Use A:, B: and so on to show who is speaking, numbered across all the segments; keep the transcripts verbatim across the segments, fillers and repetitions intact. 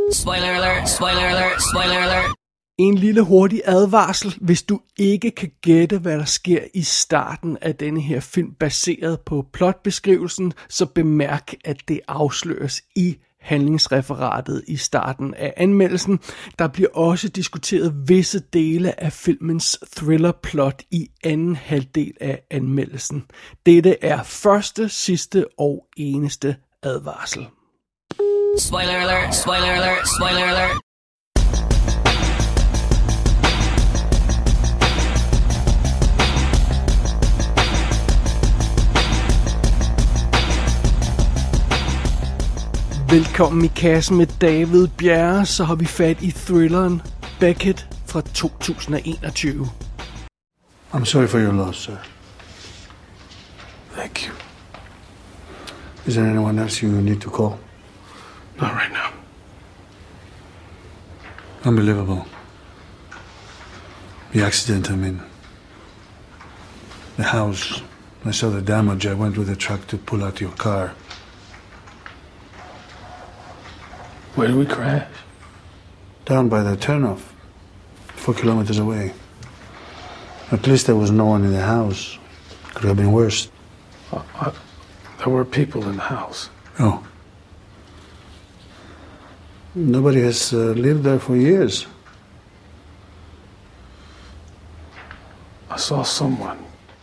A: Spoiler alert, spoiler alert, spoiler alert.
B: En lille hurtig advarsel, hvis du ikke kan gætte, hvad der sker i starten af denne her film, baseret på plotbeskrivelsen, så bemærk, at det afsløres i handlingsreferatet i starten af anmeldelsen. Der bliver også diskuteret visse dele af filmens thrillerplot i anden halvdel af anmeldelsen. Dette er første, sidste og eneste advarsel.
A: Spoiler alert, spoiler alert, spoiler alert.
B: Velkommen i kassen med David Bjerre, så har vi fat i thrilleren Beckett fra to tusind og enogtyve.
C: I'm sorry for your loss, sir.
D: Thank you.
C: Is there anyone else you need to call?
D: Not right now.
C: Unbelievable. The accident, I mean. The house. I saw the damage. I went with the truck to pull out your car.
D: Where did we crash?
C: Down by the turnoff. Four kilometers away. At least there was no one in the house. Could have been worse.
D: Uh, uh, there were people in the house.
C: Oh. Nobody has uh, lived there for years.
D: I saw someone.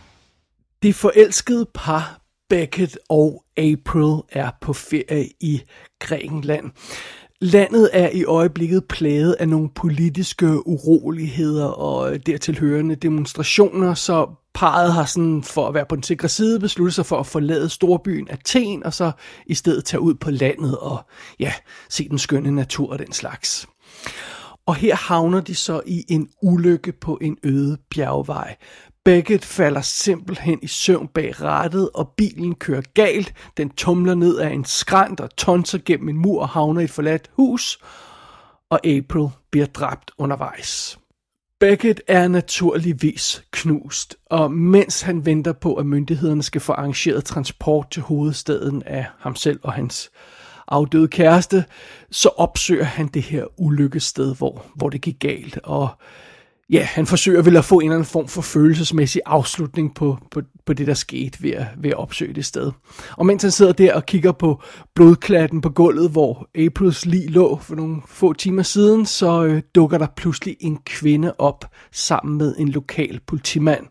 B: Det forelskede par Beckett og April er på ferie i Grækenland. Landet er i øjeblikket plaget af nogle politiske uroligheder og dertilhørende demonstrationer, så parret har sådan, for at være på den sikre side, besluttet sig for at forlade storbyen Athen, og så i stedet tage ud på landet og ja, se den skønne natur og den slags. Og her havner de så i en ulykke på en øde bjergvej. Beckett falder simpelthen i søvn bag rattet, og bilen kører galt. Den tumler ned ad en skrænt og tonser gennem en mur og havner i et forladt hus. Og April bliver dræbt undervejs. Beckett er naturligvis knust, og mens han venter på, at myndighederne skal få arrangeret transport til hovedstaden af ham selv og hans afdøde kæreste, så opsøger han det her ulykkessted, hvor, hvor det gik galt, og ja, han forsøger vel at få en eller anden form for følelsesmæssig afslutning på, på, på det, der skete ved at, ved at opsøge det sted. Og mens han sidder der og kigger på blodklatten på gulvet, hvor Aprils lig lå for nogle få timer siden, så øh, dukker der pludselig en kvinde op sammen med en lokal politimand.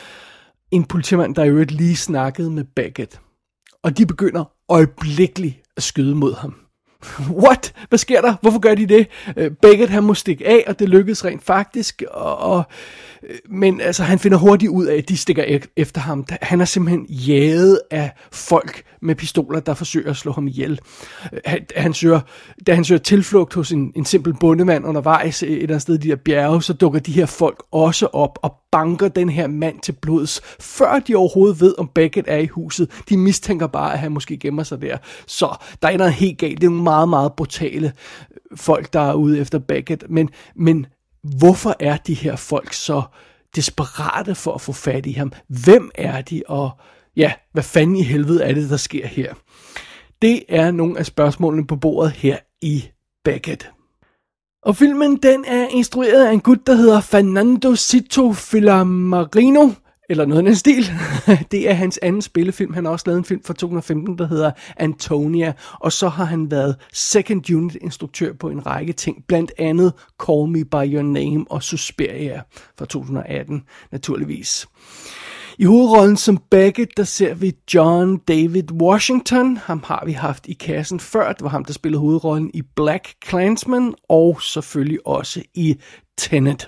B: En politimand, der i øvrigt lige snakkede med Beckett. Og de begynder øjeblikkeligt at skyde mod ham. What? Hvad sker der? Hvorfor gør de det? Beckett, han må stikke af, og det lykkedes rent faktisk, og, og, men altså, han finder hurtigt ud af, at de stikker efter ham. Han er simpelthen jaget af folk med pistoler, der forsøger at slå ham ihjel. Han, han søger, da han søger tilflugt hos en, en simpel bondemand undervejs et eller andet sted i de der bjerge, så dukker de her folk også op og banker den her mand til blods, før de overhovedet ved, om Beckett er i huset. De mistænker bare, at han måske gemmer sig der. Så der er noget helt galt. Det er nogle meget, meget brutale folk, der er ude efter Beckett. Men, men hvorfor er de her folk så desperate for at få fat i ham? Hvem er de? Og ja, hvad fanden i helvede er det, der sker her? Det er nogle af spørgsmålene på bordet her i Beckett. Og filmen, den er instrueret af en gut, der hedder Fernando Sito Filamarino, eller noget af den stil. Det er hans anden spillefilm. Han har også lavet en film fra to tusind og femten, der hedder Antonia, og så har han været second unit instruktør på en række ting, blandt andet Call Me By Your Name og Suspiria fra to tusind og atten, naturligvis. I hovedrollen som Beckett, der ser vi John David Washington. Ham har vi haft i kassen før. Det var ham, der spillede hovedrollen i Black Klansman, og selvfølgelig også i Tenet.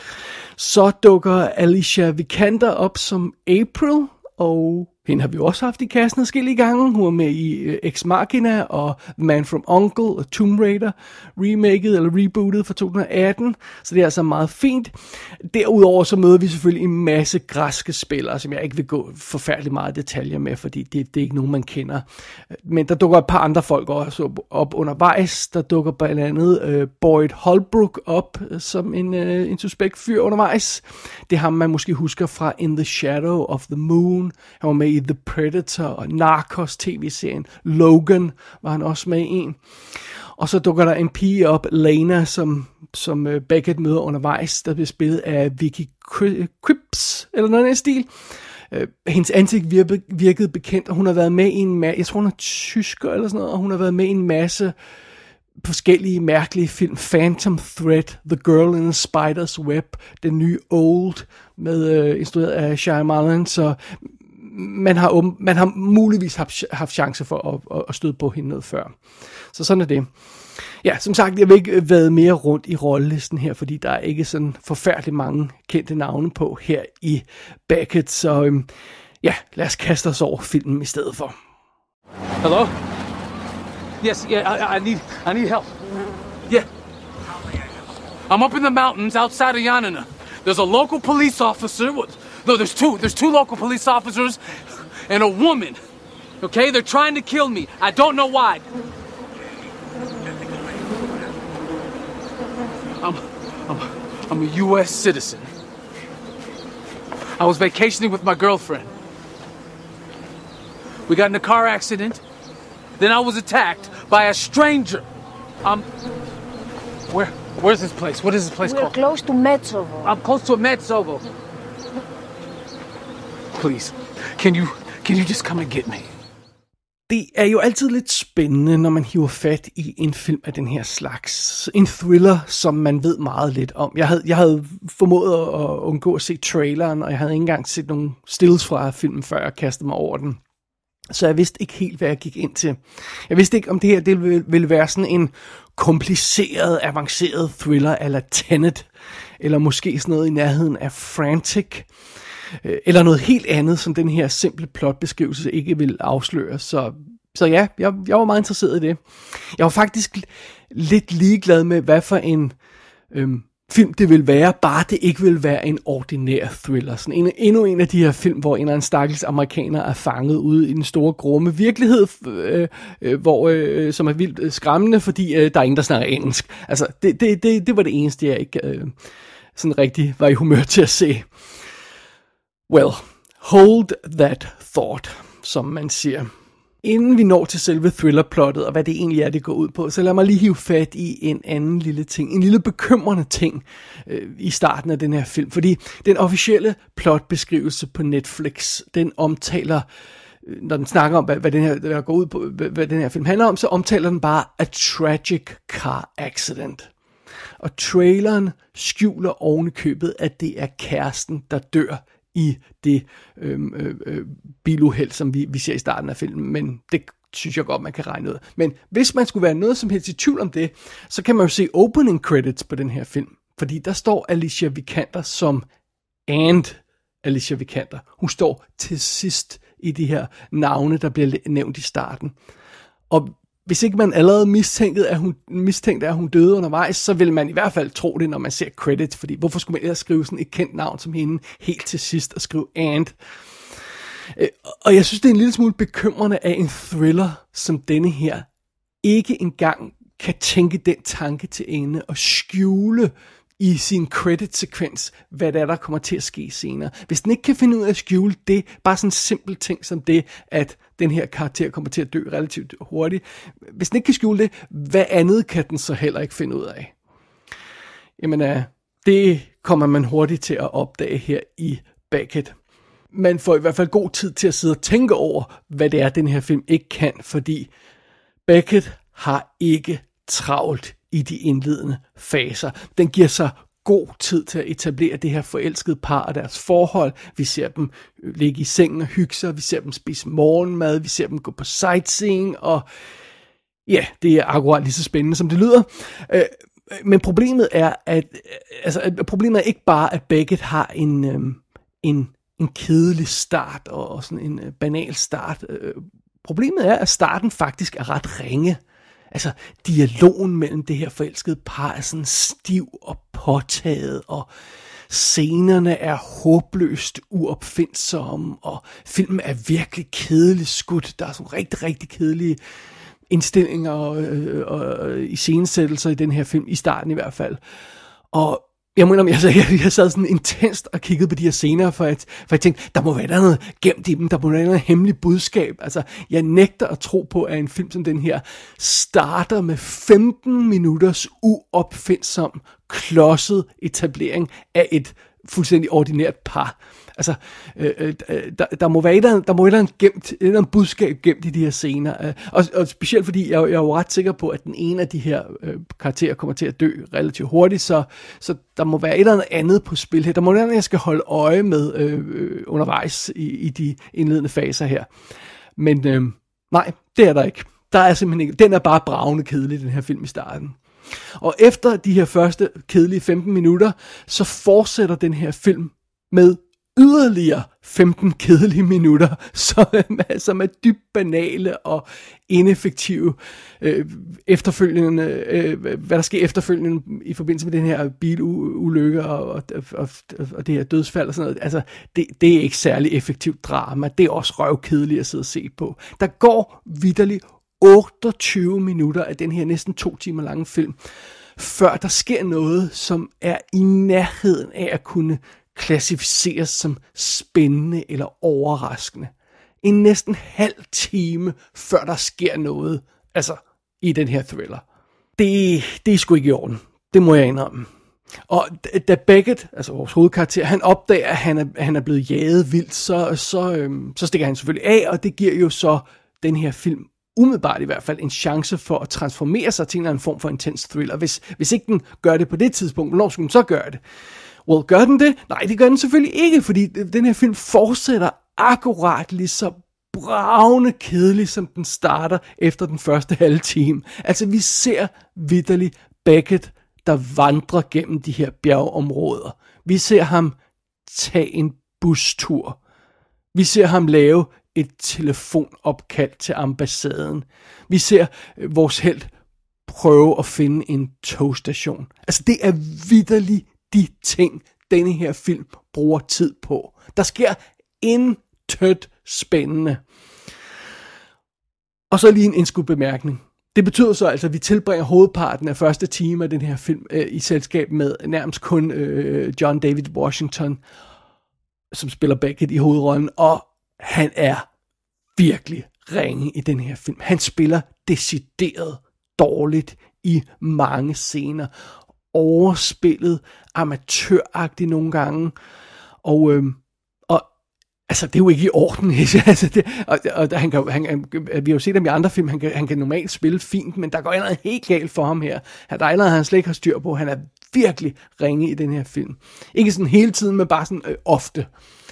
B: Så dukker Alicia Vikander op som April, og hende har vi også haft i kassen adskillige gange. Hun er med i uh, Ex Machina og Man from Uncle og Tomb Raider, remaket eller rebootet fra to tusind og atten, så det er altså meget fint. Derudover så møder vi selvfølgelig en masse græske spillere, som jeg ikke vil gå forfærdeligt meget detaljer med, fordi det, det er ikke nogen, man kender. Men der dukker et par andre folk også op undervejs. Der dukker blandt andet uh, Boyd Holbrook op som en, uh, en suspekt fyr undervejs. Det er ham, man måske husker fra In the Shadow of the Moon. Han var med i The Predator og Narcos tv-serien. Logan var han også med i en. Og så dukker der en pige op, Lena, som, som Beckett møder undervejs, der bliver spillet af Vicky Krieps, eller noget af stil. Hendes ansigt virkede, virkede bekendt, og hun har været med i en masse, jeg tror hun er tysker eller sådan noget, og hun har været med i en masse forskellige mærkelige film. Phantom Thread, The Girl in the Spider's Web, den nye Old, med øh, instrueret af Shyamalan, så man har, um, man har muligvis haft, haft chance for at, at, at støde på hende noget før. Så sådan er det. Ja, som sagt, jeg vil ikke være mere rundt i rollelisten her, fordi der er ikke sådan forfærdeligt mange kendte navne på her i Beckett, så øhm, ja, lad os kaste os over filmen i stedet for.
E: Hello? Yes, yeah, I, I need, I need help. Yeah. I'm up in the mountains outside of Yanina. There's a local police officer. No, there's two. There's two local police officers and a woman. Okay, they're trying to kill me. I don't know why. I'm, I'm, I'm a U S citizen. I was vacationing with my girlfriend. We got in a car accident. Then I was attacked by a stranger. Um, where, where's this place? What is this place
F: We're
E: called?
F: close to Metsovo.
E: I'm close to Metsovo. Please, can you, can you just come and get me?
B: Det er jo altid lidt spændende, når man hiver fat i en film af den her slags. En thriller, som man ved meget lidt om. Jeg havde, jeg havde formået at undgå at se traileren, og jeg havde ikke engang set nogle stills fra filmen, før jeg kastede mig over den. Så jeg vidste ikke helt, hvad jeg gik ind til. Jeg vidste ikke, om det her det ville, ville være sådan en kompliceret, avanceret thriller a la Tenet, eller måske sådan noget i nærheden af Frantic, eller noget helt andet, som den her simple plotbeskrivelse ikke vil afsløre. Så, så ja, jeg, jeg var meget interesseret i det. Jeg var faktisk lidt ligeglad med, hvad for en øhm, film det vil være, bare det ikke vil være en ordinær thriller. Sådan en, endnu en af de her film, hvor en eller anden stakkels amerikaner er fanget ude i den store grumme virkelighed, øh, øh, hvor, øh, som er vildt skræmmende, fordi øh, der er ingen, der snakker engelsk. Altså, det, det, det, det var det eneste, jeg ikke øh, sådan rigtig var i humør til at se. Well, hold that thought, som man siger. Inden vi når til selve thrillerplottet, og hvad det egentlig er, det går ud på, så lad mig lige hive fat i en anden lille ting, en lille bekymrende ting øh, i starten af den her film. Fordi den officielle plotbeskrivelse på Netflix, den omtaler, øh, når den snakker om, hvad, hvad, den her, hvad går ud på, hvad, hvad den her film handler om, så omtaler den bare a tragic car accident. Og traileren skjuler ovenikøbet, at det er kæresten, der dør i det øh, øh, biluheld, som vi, vi ser i starten af filmen, men det synes jeg godt, man kan regne ud. Men hvis man skulle være noget som helst i tvivl om det, så kan man jo se opening credits på den her film, fordi der står Alicia Vikander som and Alicia Vikander. Hun står til sidst i de her navne, der bliver nævnt i starten. Og hvis ikke man allerede mistænkte, at hun, mistænkte, at hun døde undervejs, så vil man i hvert fald tro det, når man ser credits, fordi hvorfor skulle man ellers skrive sådan et kendt navn som hende helt til sidst og skrive and? Og jeg synes, det er en lille smule bekymrende, at en thriller som denne her ikke engang kan tænke den tanke til ende og skjule i sin credit-sekvens, hvad der er, der kommer til at ske senere. Hvis den ikke kan finde ud af at skjule det, bare sådan en simpel ting som det, at den her karakter kommer til at dø relativt hurtigt. Hvis den ikke kan skjule det, hvad andet kan den så heller ikke finde ud af? Jamen, uh, det kommer man hurtigt til at opdage her i Beckett. Man får i hvert fald god tid til at sidde og tænke over, hvad det er, den her film ikke kan, fordi Beckett har ikke travlt i de indledende faser. Den giver sig god tid til at etablere det her forelskede par og deres forhold. Vi ser dem ligge i sengen og hygge sig, vi ser dem spise morgenmad, vi ser dem gå på sightseeing, og ja, det er akkurat lige så spændende, som det lyder. Men problemet er, at altså, problemet er ikke bare, at Beckett har en, en, en kedelig start og sådan en banal start. Problemet er, at starten faktisk er ret ringe. Altså, dialogen mellem det her forelskede par er sådan stiv og påtaget, og scenerne er håbløst uopfindsomme, og filmen er virkelig kedeligt skudt. Der er sådan rigtig, rigtig kedelige indstillinger og, øh, og iscenesættelser i den her film, i starten i hvert fald. Og Jeg må indrømme, jeg, jeg, jeg sad sådan intenst og kiggede på de her scener, for jeg, for jeg tænkte, der må være noget gemt i dem, der må være noget hemmeligt budskab. Altså, jeg nægter at tro på, at en film som den her starter med femten minutters uopfindsom, klodset etablering af et fuldstændig ordinært par. Altså, øh, øh, der, der må være et eller andet, der må være et eller andet, gemt, et eller andet budskab gemt i de her scener. Øh, og, og specielt fordi, jeg, jeg er jo ret sikker på, at den ene af de her øh, karakterer kommer til at dø relativt hurtigt, så, så der må være et eller andet andet på spil her. Der må være noget, jeg skal holde øje med øh, undervejs i, i de indledende faser her. Men øh, nej, det er der ikke. Der er simpelthen ikke. Den er bare bravende kedelig, den her film i starten. Og efter de her første kedelige femten minutter, så fortsætter den her film med yderligere femten kedelige minutter, som, som er dybt banale og ineffektive. Øh, efterfølgende, øh, hvad der sker efterfølgende i forbindelse med den her bilulykke og, og, og, og det her dødsfald og sådan noget, altså det, det er ikke særlig effektivt drama. Det er også røvkedeligt at sidde og se på. Der går vitterligt otteogtyve minutter af den her næsten to timer lange film, før der sker noget, som er i nærheden af at kunne klassificeres som spændende eller overraskende. En næsten halv time, før der sker noget, altså i den her thriller. Det, det er sgu ikke i orden. Det må jeg indrømme. Og da Beckett, altså vores hovedkarakter, han opdager, at han er, han er blevet jaget vildt, så, så, øhm, så stikker han selvfølgelig af, og det giver jo så den her film umiddelbart i hvert fald en chance for at transformere sig til en eller anden form for intens thriller. Hvis, hvis ikke den gør det på det tidspunkt, hvornår skulle den så gøre det? Well, gør den det? Nej, det gør den selvfølgelig ikke, fordi den her film fortsætter akkurat lige så bravende kedelig, som den starter efter den første halve time. Altså, vi ser vitterligt Beckett, der vandrer gennem de her bjergområder. Vi ser ham tage en bustur. Vi ser ham lave et telefonopkald til ambassaden. Vi ser vores helt prøve at finde en togstation. Altså, det er vitterligt de ting, denne her film bruger tid på. Der sker intet spændende. Og så lige en indskudt bemærkning. Det betyder så altså, at vi tilbringer hovedparten af første time af den her film øh, i selskab med nærmest kun øh, John David Washington, som spiller Beckett i hovedrollen, og han er virkelig ringe i den her film. Han spiller decideret dårligt i mange scener. Overspillet, amatøragtigt nogle gange, og, øhm, og altså, det er jo ikke i orden, altså, det, og, og han kan, han, vi har jo set ham i andre film, han kan, han kan normalt spille fint, men der går noget helt galt for ham her. Der er noget, han slet ikke har styr på. Han er virkelig ringe i den her film. Ikke sådan hele tiden, men bare sådan øh, ofte.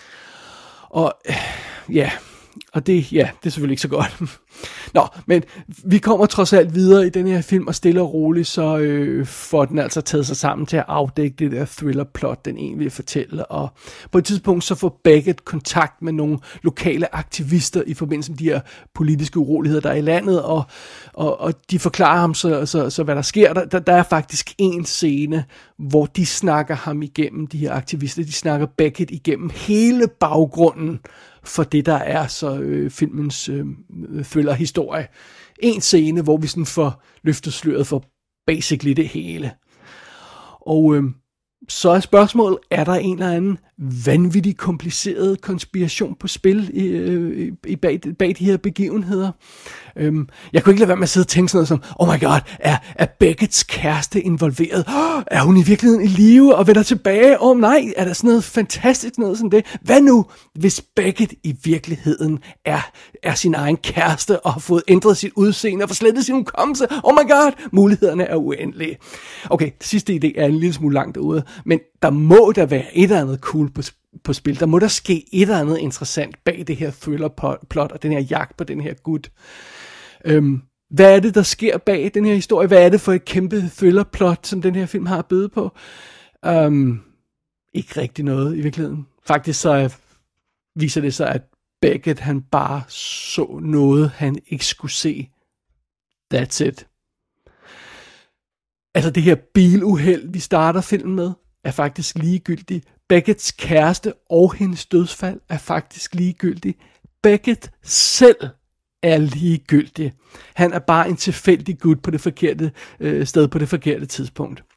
B: Og øh, ja, og det, ja, det er selvfølgelig ikke så godt. Nå, men vi kommer trods alt videre i den her film, og stille og roligt, så øh, får den altså taget sig sammen til at afdække det der thriller-plot, den egentlig vil fortælle. Og på et tidspunkt, så får Beckett kontakt med nogle lokale aktivister i forbindelse med de her politiske uroligheder, der er i landet, og, og, og de forklarer ham så, så, så hvad der sker. Der, der er faktisk en scene, hvor de snakker ham igennem, de her aktivister, de snakker Beckett igennem hele baggrunden for det, der er så øh, filmens øh, thriller-historie. En scene, hvor vi sådan får løftet sløret for basically det hele. Og øh, så er spørgsmålet, er der en eller anden vanvittig kompliceret konspiration på spil i, øh, i bag, bag de her begivenheder? Øhm, jeg kunne ikke lade være med at sidde og tænke sådan noget som, oh my god, er, er Becketts kæreste involveret? Oh, er hun i virkeligheden i live og vender tilbage? Åh oh, nej, er der sådan noget fantastisk noget som det? Hvad nu, hvis Beckett i virkeligheden er, er sin egen kæreste og har fået ændret sit udseende og forslettet sin hukommelse? Oh my god, mulighederne er uendelige. Okay, det sidste idé er en lille smule langt derude, men der må der være et eller andet cool på på spil. Der må der ske et eller andet interessant bag det her thriller-plot og den her jagt på den her gut. Øhm, hvad er det, der sker bag den her historie? Hvad er det for et kæmpe thriller-plot, som den her film har at byde på? Øhm, ikke rigtig noget i virkeligheden. Faktisk så viser det sig, at Beckett, han bare så noget, han ikke skulle se. That's it. Altså det her biluheld, vi starter filmen med, er faktisk ligegyldigt. Becketts kæreste og hendes dødsfald er faktisk ligegyldigt. Beckett selv er ligegyldig. Han er bare en tilfældig gut på det forkerte øh, sted på det forkerte tidspunkt.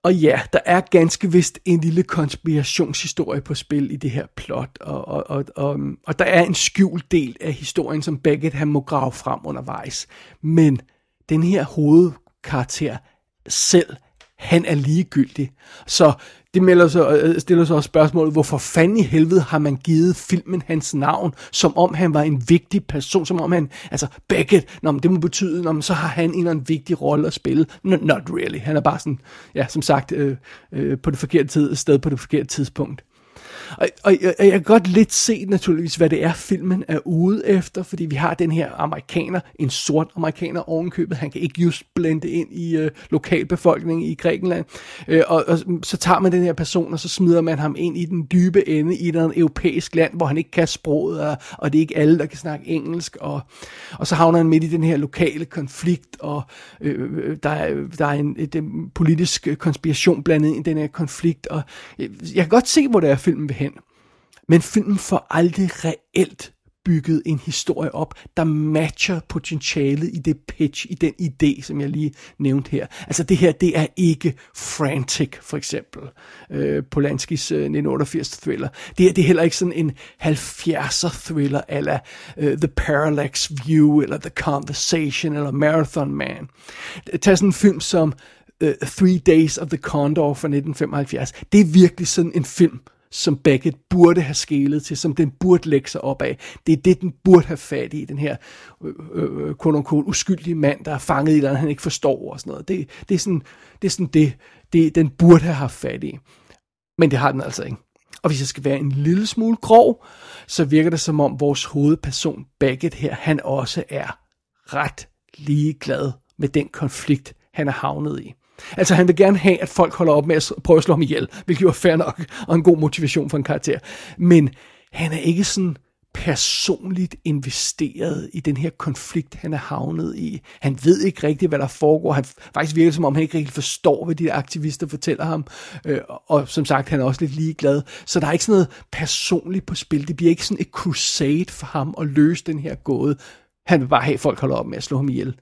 B: Og ja, der er ganske vist en lille konspirationshistorie på spil i det her plot, og, og, og, og, og der er en skjult del af historien, som Beckett han må grave frem undervejs. Men den her hovedkarakter selv, han er ligegyldig. Så det melder så, stiller sig også spørgsmålet, hvorfor fanden i helvede har man givet filmen hans navn, som om han var en vigtig person, som om han, altså Beckett, nå, det må betyde, nå, så har han en eller anden vigtig rolle at spille. No, not really. Han er bare sådan, ja, som sagt, øh, øh, på det forkerte tid, sted på det forkerte tidspunkt. Og, og, og jeg kan godt lidt se naturligvis, hvad det er, filmen er ude efter, fordi vi har den her amerikaner, en sort amerikaner ovenkøbet, han kan ikke just blende ind i øh, lokalbefolkningen i Grækenland, øh, og, og så tager man den her person, og så smider man ham ind i den dybe ende i et europæisk land, hvor han ikke kan sproget, og, og det er ikke alle, der kan snakke engelsk, og, og så havner han midt i den her lokale konflikt, og øh, der er, der er en et, en politisk konspiration blandet ind i den her konflikt, og øh, jeg kan godt se, hvor det er, filmen vil hen. Men filmen får aldrig reelt bygget en historie op, der matcher potentialet i det pitch, i den idé, som jeg lige nævnte her. Altså det her, det er ikke Frantic, for eksempel. Øh, Polanskis øh, nitten otteogfirs thriller. Det er, det er heller ikke sådan en halvfjerdser thriller, eller uh, The Parallax View, eller The Conversation, eller Marathon Man. Tag sådan en film som uh, Three Days of the Condor fra nitten femoghalvfjerds. Det er virkelig sådan en film, som Beckett burde have skelet til, som den burde lægge sig op af. Det er det, den burde have fat i, den her øh, øh, quote-unquote uskyldige mand, der er fanget i, eller han ikke forstår og sådan noget. Det, det er sådan det, er sådan det, det, den burde have haft fat i. Men det har den altså ikke. Og hvis jeg skal være en lille smule grov, så virker det som om vores hovedperson Beckett her, han også er ret ligeglad med den konflikt, han er havnet i. Altså han vil gerne have, at folk holder op med at prøve at slå ham ihjel, hvilket jo er fair nok, og en god motivation for en karakter. Men han er ikke sådan personligt investeret i den her konflikt, han er havnet i. Han ved ikke rigtigt, hvad der foregår. Han faktisk virker som om, han ikke rigtig forstår, hvad de aktivister fortæller ham. Øh, og som sagt, han er også lidt ligeglad. Så der er ikke sådan noget personligt på spil. Det bliver ikke sådan et crusade for ham at løse den her gåde. Han vil bare have, at folk holder op med at slå ham ihjel.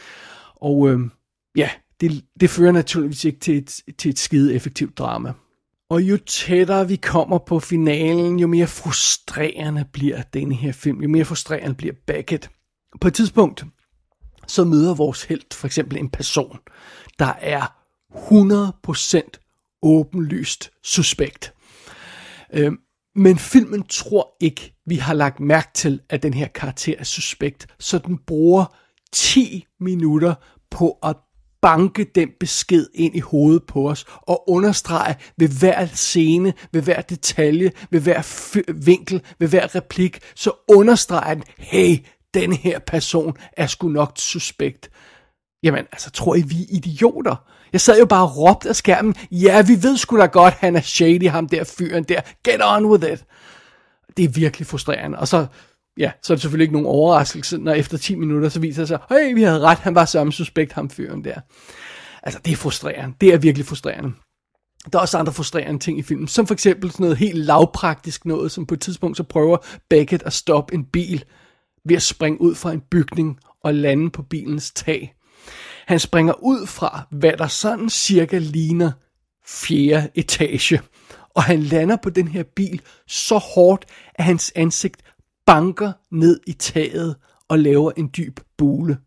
B: Og øh, ja, det, det fører naturligvis ikke til et, til et skide effektivt drama. Og jo tættere vi kommer på finalen, jo mere frustrerende bliver denne her film, jo mere frustrerende bliver Beckett. På et tidspunkt, så møder vores helt for eksempel en person, der er hundrede procent åbenlyst suspekt. Øh, men filmen tror ikke, vi har lagt mærke til, at den her karakter er suspekt, så den bruger ti minutter på at banke den besked ind i hovedet på os, og understrege ved hver scene, ved hver detalje, ved hver f- vinkel, ved hver replik, så understreger den, hey, den her person er sgu nok suspekt. Jamen, altså, tror I, vi er idioter? Jeg sad jo bare og råbte af skærmen, ja, vi ved sgu da godt, han er shady, ham der fyren der, get on with it. Det er virkelig frustrerende, og så ja, så er det selvfølgelig ikke nogen overraskelse, når efter ti minutter, så viser det sig, hey, vi havde ret, han var samme suspekt, ham fyren der. Altså, det er frustrerende. Det er virkelig frustrerende. Der er også andre frustrerende ting i filmen, som for eksempel sådan noget helt lavpraktisk noget, som på et tidspunkt så prøver Beckett at stoppe en bil ved at springe ud fra en bygning og lande på bilens tag. Han springer ud fra, hvad der sådan cirka ligner fjerde etage, og han lander på den her bil så hårdt, at hans ansigt banker ned i taget og laver en dyb bule.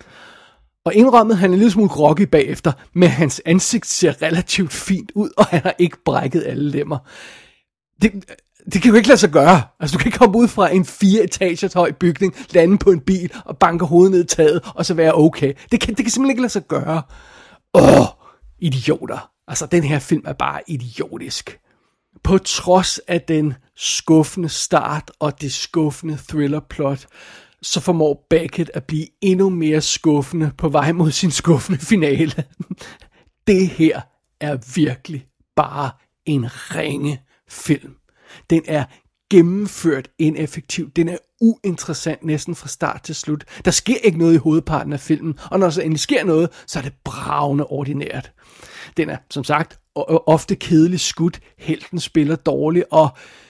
B: Og indrømmet, han er en lille smule groggy bagefter, men hans ansigt ser relativt fint ud, og han har ikke brækket alle lemmer. Det, det kan jo ikke lade sig gøre. Altså, du kan ikke komme ud fra en fire etagers høj bygning, lande på en bil og banke hovedet ned i taget, og så være okay. Det kan, det kan simpelthen ikke lade sig gøre. Åh, idioter. Altså, den her film er bare idiotisk. På trods af den skuffende start og det skuffende thrillerplot, så formår Beckett at blive endnu mere skuffende på vej mod sin skuffende finale. Det her er virkelig bare en ringe film. Den er gennemført ineffektivt. Den er uinteressant næsten fra start til slut. Der sker ikke noget i hovedparten af filmen, og når der så endelig sker noget, så er det bravende ordinært. Den er, som sagt, ofte kedeligt skudt. Helten spiller dårligt, og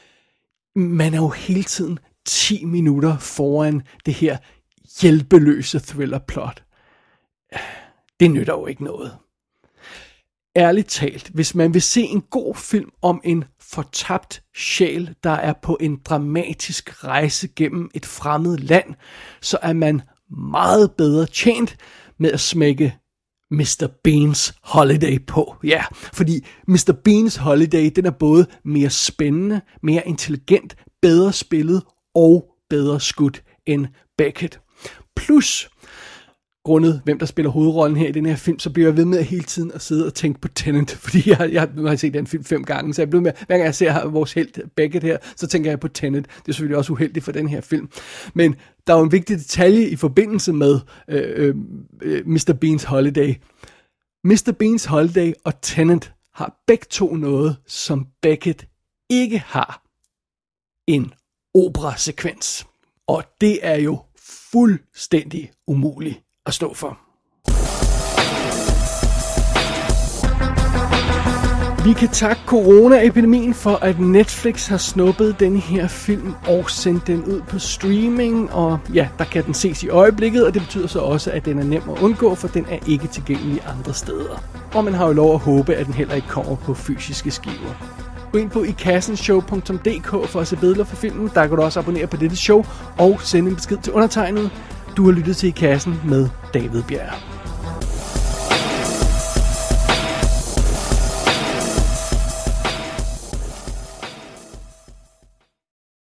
B: man er jo hele tiden ti minutter foran det her hjælpeløse thrillerplot. Det nytter jo ikke noget. ærligt talt, hvis man vil se en god film om en fortabt sjæl, der er på en dramatisk rejse gennem et fremmed land, så er man meget bedre tjent med at smække mister Beans Holiday på. Ja, fordi mister Beans Holiday, den er både mere spændende, mere intelligent, bedre spillet og bedre skudt end Beckett. Plus, grundet hvem der spiller hovedrollen her i den her film, så bliver jeg ved med hele tiden at sidde og tænke på Tenet, fordi jeg, jeg, nu har jeg set den film fem gange, så jeg bliver med, hver gang jeg ser vores helt Beckett her, så tænker jeg på Tenet. Det er selvfølgelig også uheldigt for den her film. Men der er jo en vigtig detalje i forbindelse med øh, øh, mister Beans Holiday. mister Beans Holiday og Tenet har begge to noget, som Beckett ikke har. En operasekvens. Og det er jo fuldstændig umuligt at stå for. Vi kan takke coronaepidemien for, at Netflix har snuppet den her film og sendt den ud på streaming, og ja, der kan den ses i øjeblikket, og det betyder så også, at den er nem at undgå, for den er ikke tilgængelig andre steder. Og man har jo lov at håbe, at den heller ikke kommer på fysiske skiver. Gå ind på i kassen show punktum d k for at se billeder for filmen. Der kan du også abonnere på dette show og sende en besked til undertegnet. Du har lyttet til I Kassen med David Bjerg.